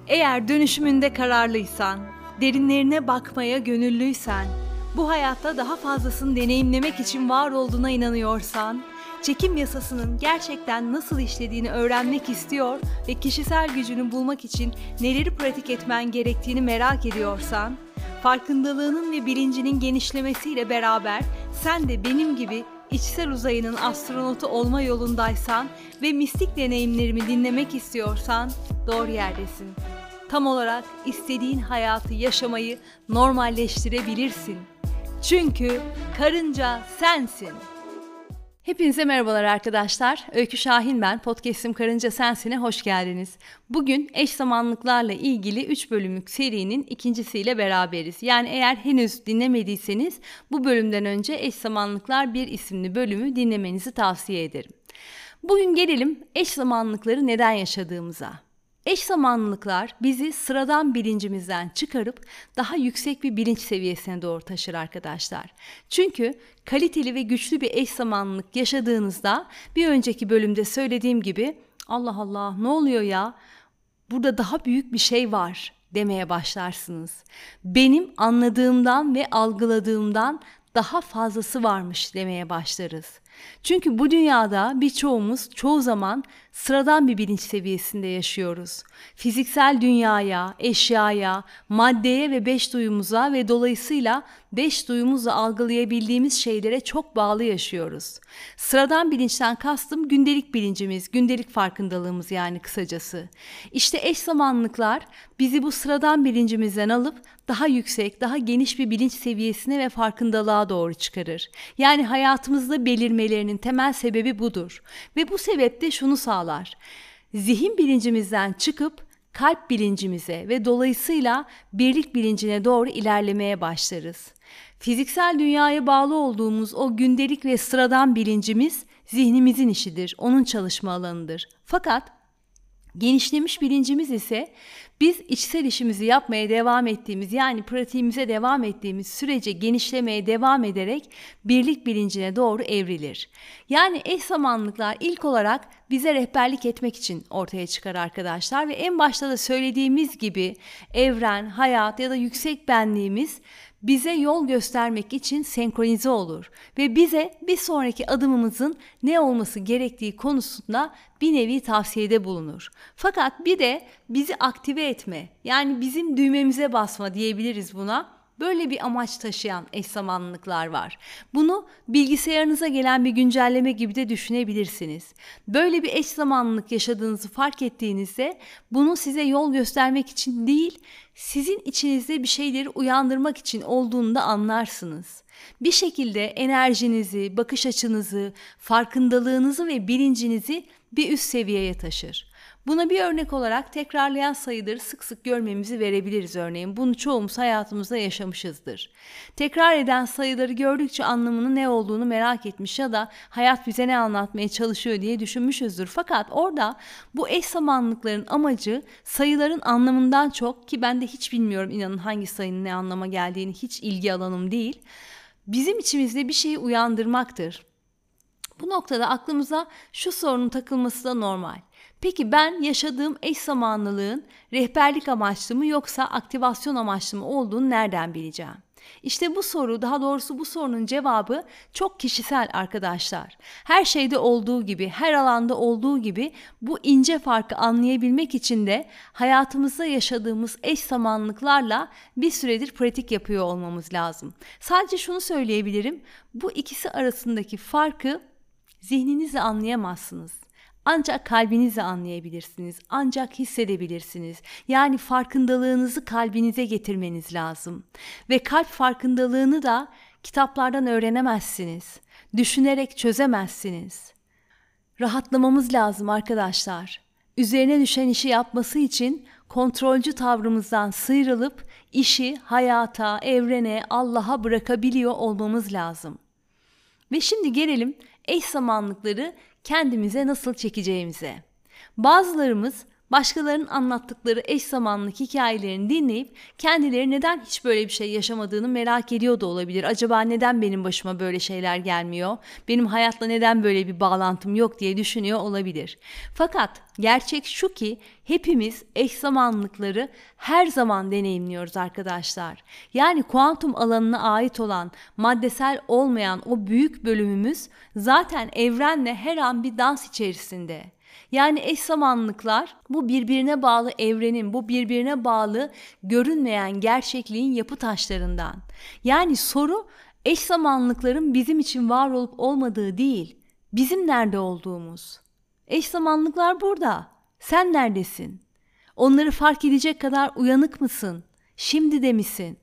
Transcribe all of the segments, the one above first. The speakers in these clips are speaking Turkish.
Eğer dönüşümünde kararlıysan, derinlerine bakmaya gönüllüysen, bu hayatta daha fazlasını deneyimlemek için var olduğuna inanıyorsan, çekim yasasının gerçekten nasıl işlediğini öğrenmek istiyor ve kişisel gücünü bulmak için neleri pratik etmen gerektiğini merak ediyorsan, farkındalığının ve bilincinin genişlemesiyle beraber sen de benim gibi içsel uzayının astronotu olma yolundaysan ve mistik deneyimlerimi dinlemek istiyorsan doğru yerdesin. Tam olarak istediğin hayatı yaşamayı normalleştirebilirsin. Çünkü karınca sensin. Hepinize merhabalar arkadaşlar. Öykü Şahin ben. Podcast'im Karınca Sensin'e hoş geldiniz. Bugün eş zamanlıklarla ilgili 3 bölümlük serinin ikincisiyle beraberiz. Yani eğer henüz dinlemediyseniz bu bölümden önce Eş Zamanlıklar 1 isimli bölümü dinlemenizi tavsiye ederim. Bugün gelelim eş zamanlıkları neden yaşadığımıza. Eş zamanlılıklar bizi sıradan bilincimizden çıkarıp daha yüksek bir bilinç seviyesine doğru taşır arkadaşlar. Çünkü kaliteli ve güçlü bir eş zamanlılık yaşadığınızda bir önceki bölümde söylediğim gibi Allah Allah ne oluyor ya, burada daha büyük bir şey var demeye başlarsınız. Benim anladığımdan ve algıladığımdan daha fazlası varmış demeye başlarız. Çünkü bu dünyada birçoğumuz çoğu zaman sıradan bir bilinç seviyesinde yaşıyoruz. Fiziksel dünyaya, eşyaya, maddeye ve beş duyumuza ve dolayısıyla beş duyumuzla algılayabildiğimiz şeylere çok bağlı yaşıyoruz. Sıradan bilinçten kastım gündelik bilincimiz, gündelik farkındalığımız yani kısacası. İşte eş zamanlıklar bizi bu sıradan bilincimizden alıp daha yüksek, daha geniş bir bilinç seviyesine ve farkındalığa doğru çıkarır. Yani hayatımızda belirmelerinin temel sebebi budur. Ve bu sebep de şunu sağlar. Zihin bilincimizden çıkıp kalp bilincimize ve dolayısıyla birlik bilincine doğru ilerlemeye başlarız. Fiziksel dünyaya bağlı olduğumuz o gündelik ve sıradan bilincimiz zihnimizin işidir, onun çalışma alanıdır. Fakat genişlemiş bilincimiz ise biz içsel işimizi yapmaya devam ettiğimiz yani pratiğimize devam ettiğimiz sürece genişlemeye devam ederek birlik bilincine doğru evrilir. Yani eş zamanlıklar ilk olarak bize rehberlik etmek için ortaya çıkar arkadaşlar ve en başta da söylediğimiz gibi evren, hayat ya da yüksek benliğimiz bize yol göstermek için senkronize olur ve bize bir sonraki adımımızın ne olması gerektiği konusunda bir nevi tavsiyede bulunur. Fakat bir de bizi aktive etme, yani bizim düğmemize basma diyebiliriz buna. Böyle bir amaç taşıyan eş zamanlılıklar var. Bunu bilgisayarınıza gelen bir güncelleme gibi de düşünebilirsiniz. Böyle bir eş zamanlılık yaşadığınızı fark ettiğinizde bunu size yol göstermek için değil, sizin içinizde bir şeyleri uyandırmak için olduğunu da anlarsınız. Bir şekilde enerjinizi, bakış açınızı, farkındalığınızı ve bilincinizi bir üst seviyeye taşır. Buna bir örnek olarak tekrarlayan sayıları sık sık görmemizi verebiliriz örneğin. Bunu çoğumuz hayatımızda yaşamışızdır. Tekrar eden sayıları gördükçe anlamının ne olduğunu merak etmiş ya da hayat bize ne anlatmaya çalışıyor diye düşünmüşüzdür. Fakat orada bu eş zamanlıkların amacı sayıların anlamından çok, ki ben de hiç bilmiyorum inanın hangi sayının ne anlama geldiğini, hiç ilgi alanım değil, bizim içimizde bir şeyi uyandırmaktır. Bu noktada aklımıza şu sorunun takılması da normal. Peki ben yaşadığım eş zamanlılığın rehberlik amaçlı mı yoksa aktivasyon amaçlı mı olduğunu nereden bileceğim? İşte bu soru, daha doğrusu bu sorunun cevabı çok kişisel arkadaşlar. Her şeyde olduğu gibi, her alanda olduğu gibi bu ince farkı anlayabilmek için de hayatımızda yaşadığımız eş zamanlıklarla bir süredir pratik yapıyor olmamız lazım. Sadece şunu söyleyebilirim, bu ikisi arasındaki farkı zihninizle anlayamazsınız. Ancak kalbinizle anlayabilirsiniz, ancak hissedebilirsiniz. Yani farkındalığınızı kalbinize getirmeniz lazım. Ve kalp farkındalığını da kitaplardan öğrenemezsiniz. Düşünerek çözemezsiniz. Rahatlamamız lazım arkadaşlar. Üzerine düşen işi yapması için kontrolcü tavrımızdan sıyrılıp işi hayata, evrene, Allah'a bırakabiliyor olmamız lazım. Ve şimdi gelelim eş zamanlıkları kendimize nasıl çekeceğimize. Bazılarımız Başkalarının anlattıkları eş zamanlılık hikayelerini dinleyip kendileri neden hiç böyle bir şey yaşamadığını merak ediyor da olabilir. Acaba neden benim başıma böyle şeyler gelmiyor? Benim hayatla neden böyle bir bağlantım yok diye düşünüyor olabilir. Fakat gerçek şu ki hepimiz eş zamanlılıkları her zaman deneyimliyoruz arkadaşlar. Yani kuantum alanına ait olan maddesel olmayan o büyük bölümümüz zaten evrenle her an bir dans içerisinde. Yani eş zamanlılıklar bu birbirine bağlı evrenin, bu birbirine bağlı görünmeyen gerçekliğin yapı taşlarından. Yani soru eş zamanlılıkların bizim için var olup olmadığı değil, bizim nerede olduğumuz. Eş zamanlılıklar burada. Sen neredesin? Onları fark edecek kadar uyanık mısın? Şimdi de misin?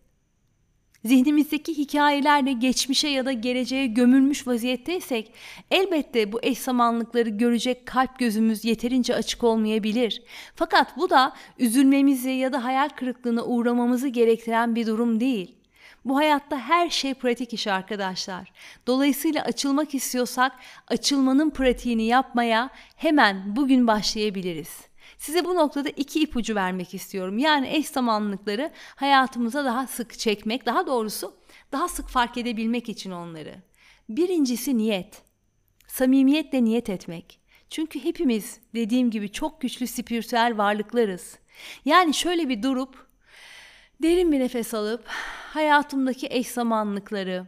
Zihnimizdeki hikayelerle geçmişe ya da geleceğe gömülmüş vaziyetteysek elbette bu eş zamanlılıkları görecek kalp gözümüz yeterince açık olmayabilir. Fakat bu da üzülmemizi ya da hayal kırıklığına uğramamızı gerektiren bir durum değil. Bu hayatta her şey pratik iş arkadaşlar. Dolayısıyla açılmak istiyorsak açılmanın pratiğini yapmaya hemen bugün başlayabiliriz. Size bu noktada 2 ipucu vermek istiyorum. Yani eş zamanlılıkları hayatımıza daha sık çekmek, daha doğrusu daha sık fark edebilmek için onları. Birincisi niyet. Samimiyetle niyet etmek. Çünkü hepimiz dediğim gibi çok güçlü spiritüel varlıklarız. Yani şöyle bir durup derin bir nefes alıp hayatımdaki eş zamanlılıkları,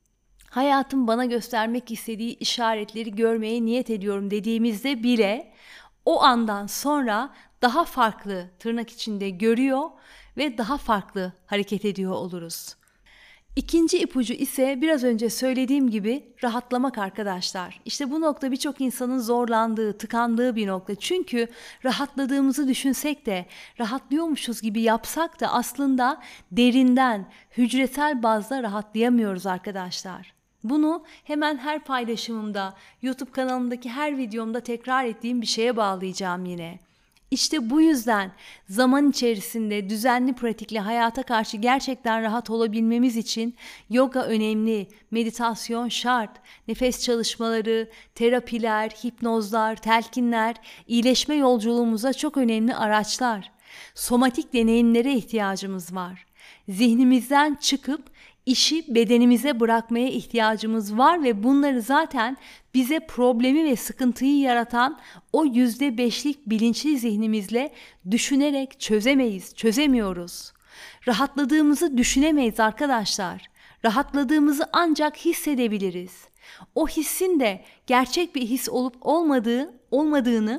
hayatım bana göstermek istediği işaretleri görmeye niyet ediyorum dediğimizde bile o andan sonra daha farklı tırnak içinde görüyor ve daha farklı hareket ediyor oluruz. İkinci ipucu ise biraz önce söylediğim gibi rahatlamak arkadaşlar. İşte bu nokta birçok insanın zorlandığı, tıkandığı bir nokta. Çünkü rahatladığımızı düşünsek de, rahatlıyormuşuz gibi yapsak da aslında derinden, hücresel bazda rahatlayamıyoruz arkadaşlar. Bunu hemen her paylaşımımda, YouTube kanalımdaki her videomda tekrar ettiğim bir şeye bağlayacağım yine. İşte bu yüzden zaman içerisinde düzenli pratikle hayata karşı gerçekten rahat olabilmemiz için yoga önemli, meditasyon şart, nefes çalışmaları, terapiler, hipnozlar, telkinler, iyileşme yolculuğumuza çok önemli araçlar. Somatik deneyimlere ihtiyacımız var. Zihnimizden çıkıp işi bedenimize bırakmaya ihtiyacımız var ve bunları zaten bize problemi ve sıkıntıyı yaratan o %5'lik bilinçli zihnimizle düşünerek çözemiyoruz. Rahatladığımızı düşünemeyiz arkadaşlar. Rahatladığımızı ancak hissedebiliriz. O hissin de gerçek bir his olup olmadığını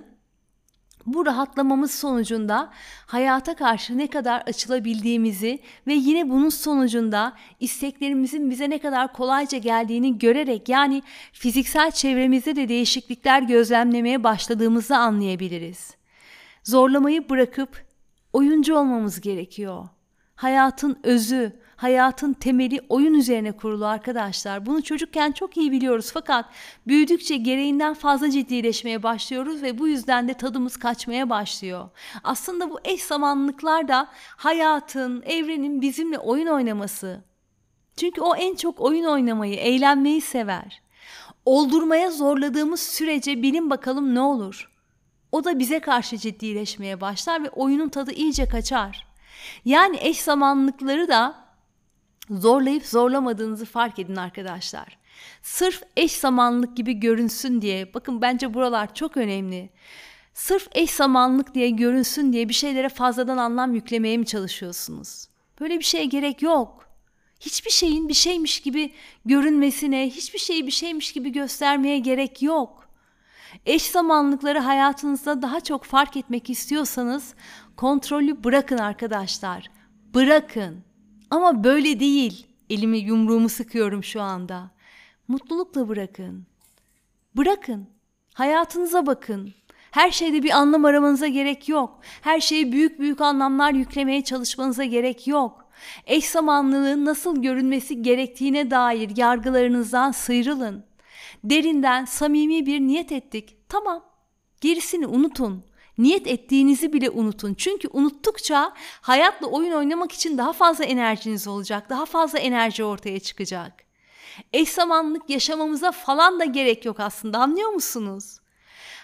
bu rahatlamamız sonucunda hayata karşı ne kadar açılabildiğimizi ve yine bunun sonucunda isteklerimizin bize ne kadar kolayca geldiğini görerek yani fiziksel çevremizde de değişiklikler gözlemlemeye başladığımızı anlayabiliriz. Zorlamayı bırakıp oyuncu olmamız gerekiyor. Hayatın özü, hayatın temeli oyun üzerine kurulu arkadaşlar. Bunu çocukken çok iyi biliyoruz fakat büyüdükçe gereğinden fazla ciddileşmeye başlıyoruz ve bu yüzden de tadımız kaçmaya başlıyor. Aslında bu eş zamanlılıklar da hayatın, evrenin bizimle oyun oynaması. Çünkü o en çok oyun oynamayı, eğlenmeyi sever. Oldurmaya zorladığımız sürece bilin bakalım ne olur. O da bize karşı ciddileşmeye başlar ve oyunun tadı iyice kaçar. Yani eş zamanlılıkları da zorlayıp zorlamadığınızı fark edin arkadaşlar. Sırf eş zamanlılık gibi görünsün diye, bakın bence buralar çok önemli. Sırf eş zamanlılık diye görünsün diye bir şeylere fazladan anlam yüklemeye mi çalışıyorsunuz? Böyle bir şeye gerek yok. Hiçbir şeyin bir şeymiş gibi görünmesine, hiçbir şeyi bir şeymiş gibi göstermeye gerek yok. Eş zamanlılıkları hayatınızda daha çok fark etmek istiyorsanız kontrolü bırakın arkadaşlar. Bırakın. Ama böyle değil. Elimi yumruğumu sıkıyorum şu anda. Mutlulukla bırakın. Bırakın. Hayatınıza bakın. Her şeyde bir anlam aramanıza gerek yok. Her şeye büyük büyük anlamlar yüklemeye çalışmanıza gerek yok. Eş zamanlılığın nasıl görünmesi gerektiğine dair yargılarınızdan sıyrılın. Derinden samimi bir niyet ettik. Tamam. Gerisini unutun. Niyet ettiğinizi bile unutun. Çünkü unuttukça hayatla oyun oynamak için daha fazla enerjiniz olacak. Daha fazla enerji ortaya çıkacak. Eş zamanlılık yaşamamıza falan da gerek yok aslında. Anlıyor musunuz?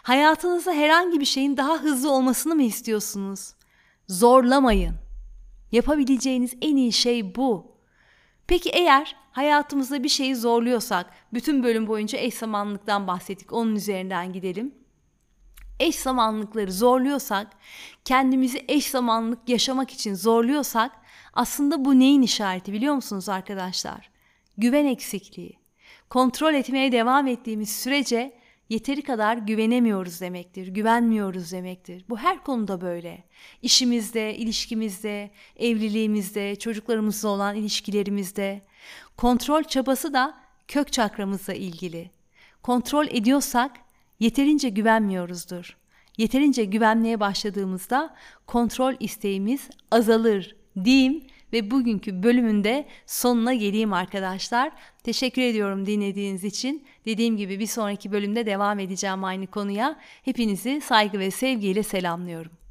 Hayatınızda herhangi bir şeyin daha hızlı olmasını mı istiyorsunuz? Zorlamayın. Yapabileceğiniz en iyi şey bu. Peki eğer hayatımızda bir şeyi zorluyorsak, bütün bölüm boyunca eş zamanlılıktan bahsettik, onun üzerinden gidelim. Eş zamanlılıkları zorluyorsak, kendimizi eş zamanlılık yaşamak için zorluyorsak, aslında bu neyin işareti biliyor musunuz arkadaşlar? Güven eksikliği. Kontrol etmeye devam ettiğimiz sürece yeteri kadar güvenemiyoruz demektir, güvenmiyoruz demektir. Bu her konuda böyle. İşimizde, ilişkimizde, evliliğimizde, çocuklarımızla olan ilişkilerimizde. Kontrol çabası da kök çakramızla ilgili. Kontrol ediyorsak yeterince güvenmiyoruzdur. Yeterince güvenmeye başladığımızda kontrol isteğimiz azalır diyeyim ve bugünkü bölümünde sonuna geleyim arkadaşlar. Teşekkür ediyorum dinlediğiniz için. Dediğim gibi bir sonraki bölümde devam edeceğim aynı konuya. Hepinizi saygı ve sevgiyle selamlıyorum.